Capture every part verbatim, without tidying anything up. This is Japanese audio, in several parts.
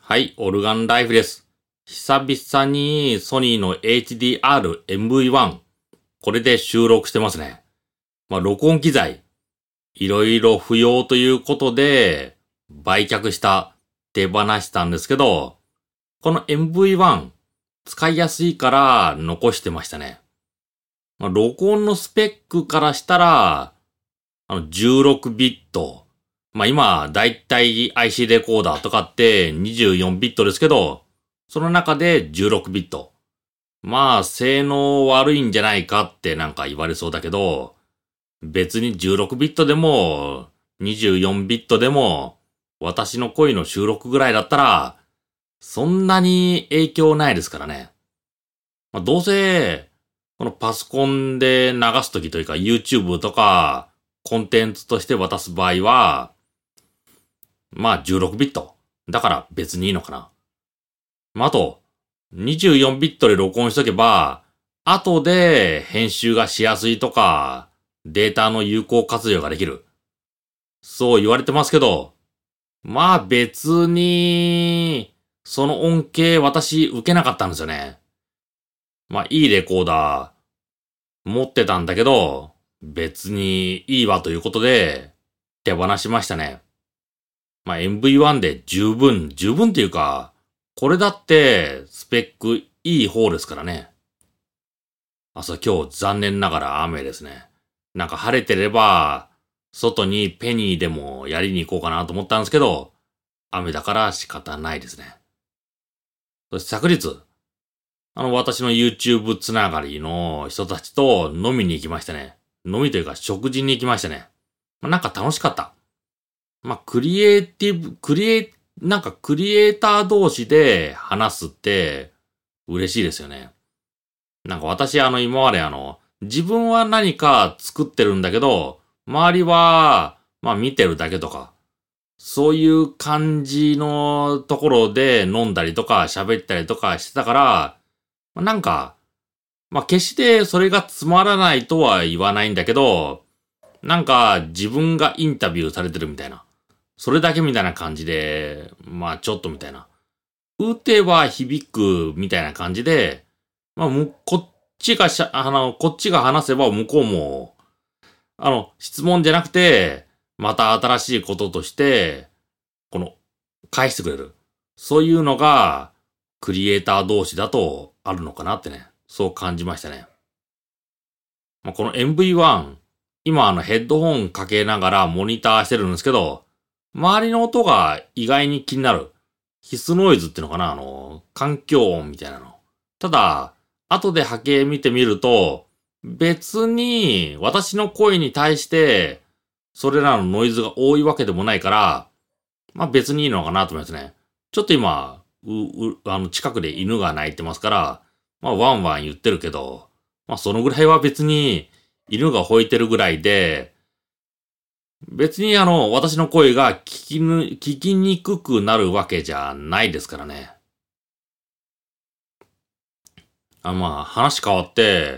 はい、オルガンライフです。久々にソニーの エイチディーアールエムブイワン。これで収録してますね。まあ、録音機材。いろいろ不要ということで、売却した、手放したんですけど、この エムブイワン、使いやすいから残してましたね。まあ、録音のスペックからしたら、あのじゅうろくビット。まあ今、だいたい アイシー レコーダーとかってにじゅうよんビットですけど、その中でじゅうろくビット。まあ、性能悪いんじゃないかってなんか言われそうだけど、別にじゅうろくビットでも、にじゅうよんビットでも、私の声の収録ぐらいだったら、そんなに影響ないですからね。まあ、どうせ、このパソコンで流すときというか YouTube とか、コンテンツとして渡す場合は、まあじゅうろくビット。だから別にいいのかな。まあ、あと、にじゅうよんビットで録音しとけば、後で編集がしやすいとか、データの有効活用ができる。そう言われてますけど、まあ別に、その恩恵私受けなかったんですよね。まあいいレコーダー持ってたんだけど、別にいいわということで手放しましたね。まあ エムブイワン で十分、十分っていうか、これだってスペックいい方ですからね。あ、そう、今日残念ながら雨ですね。なんか晴れてれば、外にペニーでもやりに行こうかなと思ったんですけど、雨だから仕方ないですね。そして昨日、あの私の YouTube つながりの人たちと飲みに行きましたね。飲みというか食事に行きましたね。まあ、なんか楽しかった。まあ、クリエイティブ、クリエイ、なんかクリエイター同士で話すって嬉しいですよね。なんか私あの今まであの、自分は何か作ってるんだけど、周りは、まあ見てるだけとか、そういう感じのところで飲んだりとか喋ったりとかしてたから、なんか、まあ決してそれがつまらないとは言わないんだけど、なんか自分がインタビューされてるみたいな。それだけみたいな感じで、まあちょっとみたいな。打てば響くみたいな感じで、まあむ、こっちがしゃ、あの、こっちが話せば向こうも、あの、質問じゃなくて、また新しいこととして、この、返してくれる。そういうのが、クリエイター同士だとあるのかなってね、そう感じましたね。まあ、この エムブイワン、今あのヘッドホンかけながらモニターしてるんですけど、周りの音が意外に気になる。必須ノイズってのかなあの、環境音みたいなの。ただ、後で波形見てみると、別に私の声に対して、それらのノイズが多いわけでもないから、まあ別にいいのかなと思いますね。ちょっと今、う、う、あの、近くで犬が鳴いてますから、まあワンワン言ってるけど、まあそのぐらいは別に犬が吠えてるぐらいで、別にあの、私の声が聞きぬ、聞きにくくなるわけじゃないですからね。あ、まあ話変わって、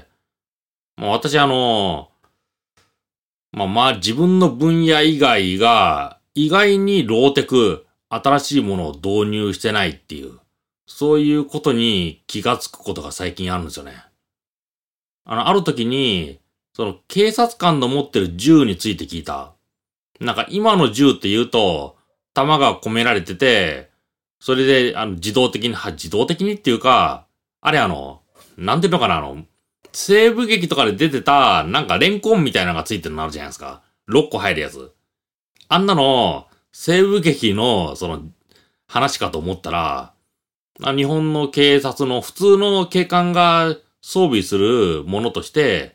まあ私あの、まあまあ自分の分野以外が意外にローテク、新しいものを導入してないっていう、そういうことに気がつくことが最近あるんですよね。あの、ある時に、その警察官の持ってる銃について聞いた。なんか今の銃って言うと、弾が込められてて、それで、あの、自動的に、は、自動的にっていうか、あれあの、なんていうのかな、あの、西部劇とかで出てた、なんかレンコンみたいなのがついてるのあるじゃないですか。ろっこ入るやつ。あんなの、西部劇の、その、話かと思ったら、日本の警察の普通の警官が装備するものとして、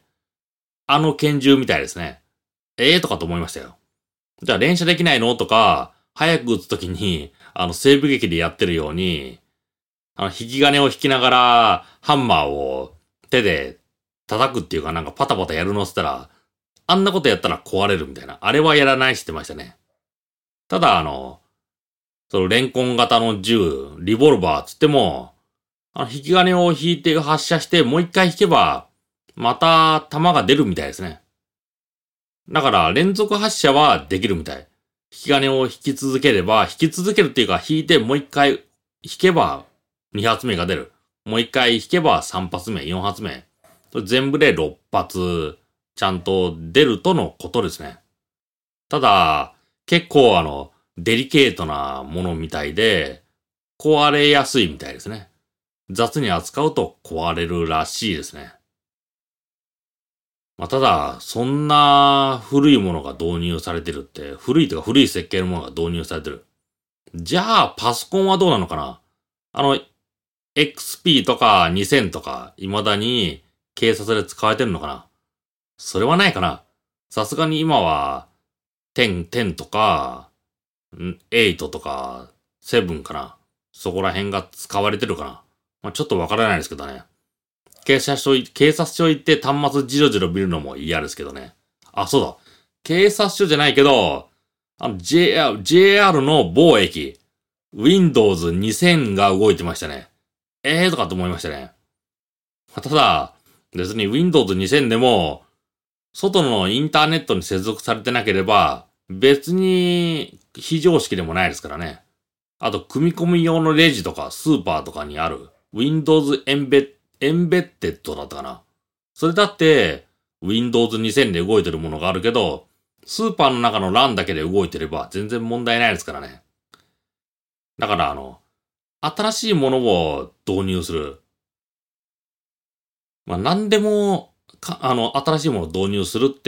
あの拳銃みたいですね。ええー、とかと思いましたよ。じゃあ連射できないのとか、早く撃つときに、あの、西部劇でやってるように、あの、引き金を引きながら、ハンマーを手で叩くっていうかなんかパタパタやるのって言ったら、あんなことやったら壊れるみたいな。あれはやらないしてましたね。ただあの、そのレンコン型の銃、リボルバーつっても、あの、引き金を引いて発射してもう一回引けば、また弾が出るみたいですね。だから連続発射はできるみたい。引き金を引き続ければ、引き続けるっていうか引いてもう一回引けばに発目が出る。もう一回引けばさん発目、よん発目。全部でろっ発、ちゃんと出るとのことですね。ただ、結構あの、デリケートなものみたいで、壊れやすいみたいですね。雑に扱うと壊れるらしいですね。まあ、ただ、そんな古いものが導入されてるって、古いとか古い設計のものが導入されてる。じゃあ、パソコンはどうなのかな？あの、エックスピー とかにせんとか、未だに警察で使われてるのかな？それはないかな？さすがに今は、じゅう、じゅうとか、はちとか、ななかな？そこら辺が使われてるかな？まあ、ちょっとわからないですけどね。警察署、警察署行って端末じろじろ見るのも嫌ですけどね。あ、そうだ。警察署じゃないけど、あの ジェイアール、ジェイアール の某駅、ウィンドウズにせんが動いてましたね。ええーとかと思いましたね。ただ、別に ウィンドウズにせんでも、外のインターネットに接続されてなければ、別に非常識でもないですからね。あと、組み込み用のレジとかスーパーとかにある Windows エンベエンベッテッドだったかな。それだって ウィンドウズにせんで動いてるものがあるけど、スーパーの中の ラン だけで動いてれば全然問題ないですからね。だからあの、新しいものを導入する。まあ、何でも、か、あの、新しいものを導入するって、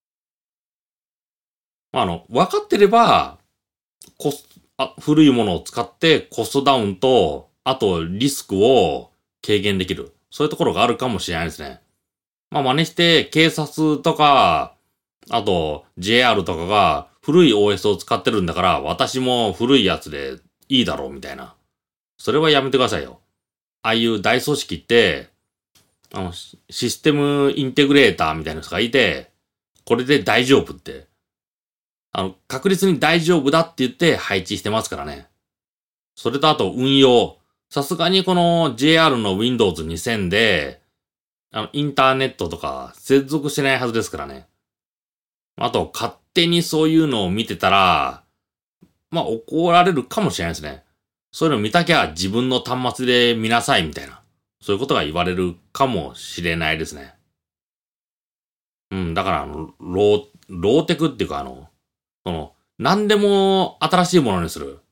まあ、あの、分かってれば、コス、あ、古いものを使ってコストダウンと、あとリスクを軽減できる。そういうところがあるかもしれないですね。まあ、真似して警察とか、あと ジェイアール とかが古い オーエス を使ってるんだから、私も古いやつでいいだろうみたいな。それはやめてくださいよ。ああいう大組織って、あの、システムインテグレーターみたいな人がいて、これで大丈夫って。あの、確実に大丈夫だって言って配置してますからね。それとあと運用。さすがにこの ジェイアール の ウィンドウズにせん で、あの、インターネットとか接続しないはずですからね。あと、勝手にそういうのを見てたら、まあ怒られるかもしれないですね。そういうの見たきゃ自分の端末で見なさいみたいな。そういうことが言われるかもしれないですね。うん、だからあの、ロー、ローテクっていうかあの、その、何でも新しいものにする。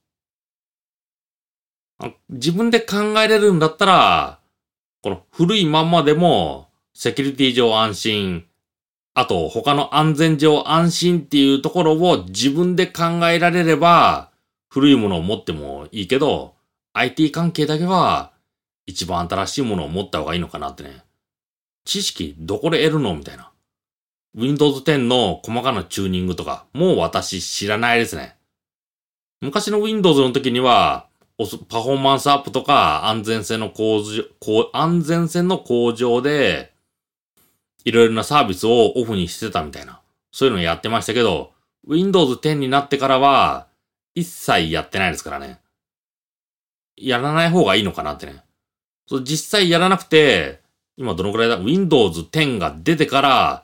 自分で考えれるんだったら、この古いまんまでも、セキュリティ上安心、あと他の安全上安心っていうところを自分で考えられれば、古いものを持ってもいいけど、アイティー 関係だけは、一番新しいものを持った方がいいのかなってね。知識どこで得るのみたいな。ウィンドウズテン の細かなチューニングとか、もう私知らないですね。昔の Windows の時には、パフォーマンスアップとか安全性の向上、安全性の向上で、いろいろなサービスをオフにしてたみたいな。そういうのやってましたけど、ウィンドウズテン になってからは、一切やってないですからね。やらない方がいいのかなってね。そう実際やらなくて、今どのくらいだ ?ウィンドウズテン が出てから、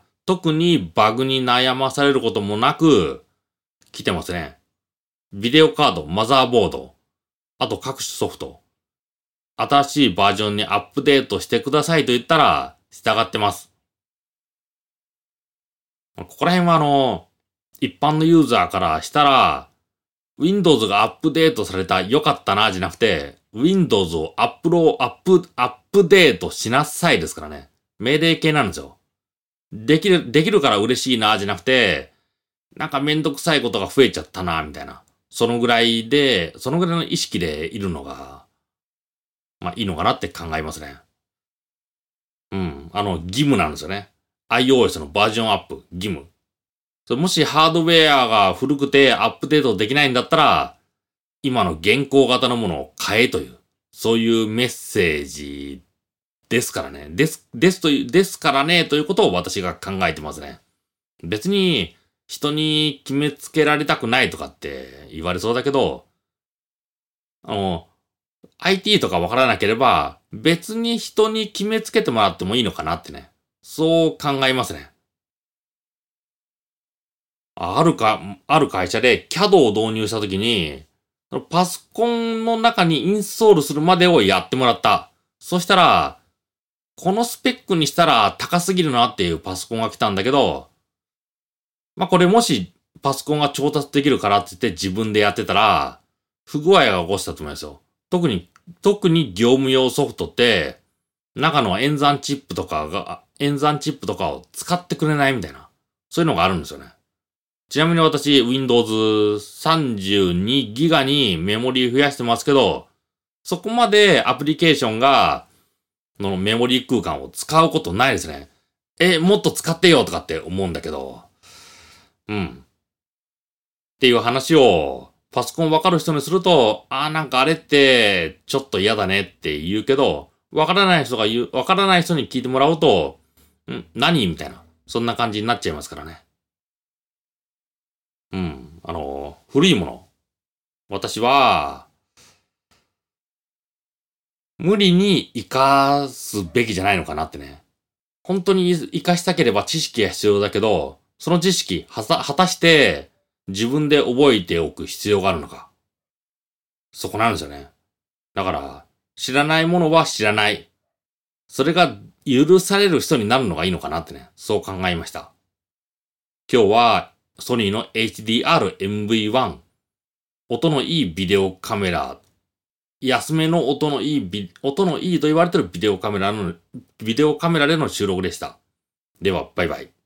特にバグに悩まされることもなく、来てますね。ビデオカード、マザーボード、あと各種ソフト。新しいバージョンにアップデートしてくださいと言ったら、従ってます。ここら辺はあの、一般のユーザーからしたら、Windows がアップデートされた良かったな、じゃなくて、Windows をアップロー、アップ、アップデートしなさいですからね。命令系なんですよ。できる、できるから嬉しいな、じゃなくて、なんかめんどくさいことが増えちゃったな、みたいな。そのぐらいで、そのぐらいの意識でいるのが、まあいいのかなって考えますね。うん。あの、義務なんですよね。iOS のバージョンアップ、義務。もしハードウェアが古くてアップデートできないんだったら、今の現行型のものを変えという、そういうメッセージですからね。です、ですという、ですからね、ということを私が考えてますね。別に、人に決めつけられたくないとかって言われそうだけど、あの、アイティー とかわからなければ、別に人に決めつけてもらってもいいのかなってね。そう考えますね。あるか、ある会社で キャド を導入したときに、 パソコンの中にインストールするまでをやってもらった。そしたら、このスペックにしたら高すぎるなっていうパソコンが来たんだけど、まあ、これもしパソコンが調達できるからって言って自分でやってたら、不具合が起こしたと思いますよ。特に、特に業務用ソフトって、中の演算チップとかが、演算チップとかを使ってくれないみたいな。そういうのがあるんですよね。ちなみに私、Windows さんじゅうにギガにメモリ増やしてますけど、そこまでアプリケーションが、のメモリ空間を使うことないですね。え、もっと使ってよとかって思うんだけど。うん。っていう話を、パソコンわかる人にすると、あーなんかあれって、ちょっと嫌だねって言うけど、わからない人が言う、わからない人に聞いてもらうと、ん何みたいな。そんな感じになっちゃいますからね。うん。あの、古いもの。私は、無理に活かすべきじゃないのかなってね。本当に活かしたければ知識が必要だけど、その知識、はた、果たして自分で覚えておく必要があるのか。そこなんですよね。だから、知らないものは知らない。それが許される人になるのがいいのかなってね。そう考えました。今日はソニーの エイチディーアールエムブイワン。音のいいビデオカメラ。安めの音のいいビ、音のいいと言われているビデオカメラの、ビデオカメラでの収録でした。では、バイバイ。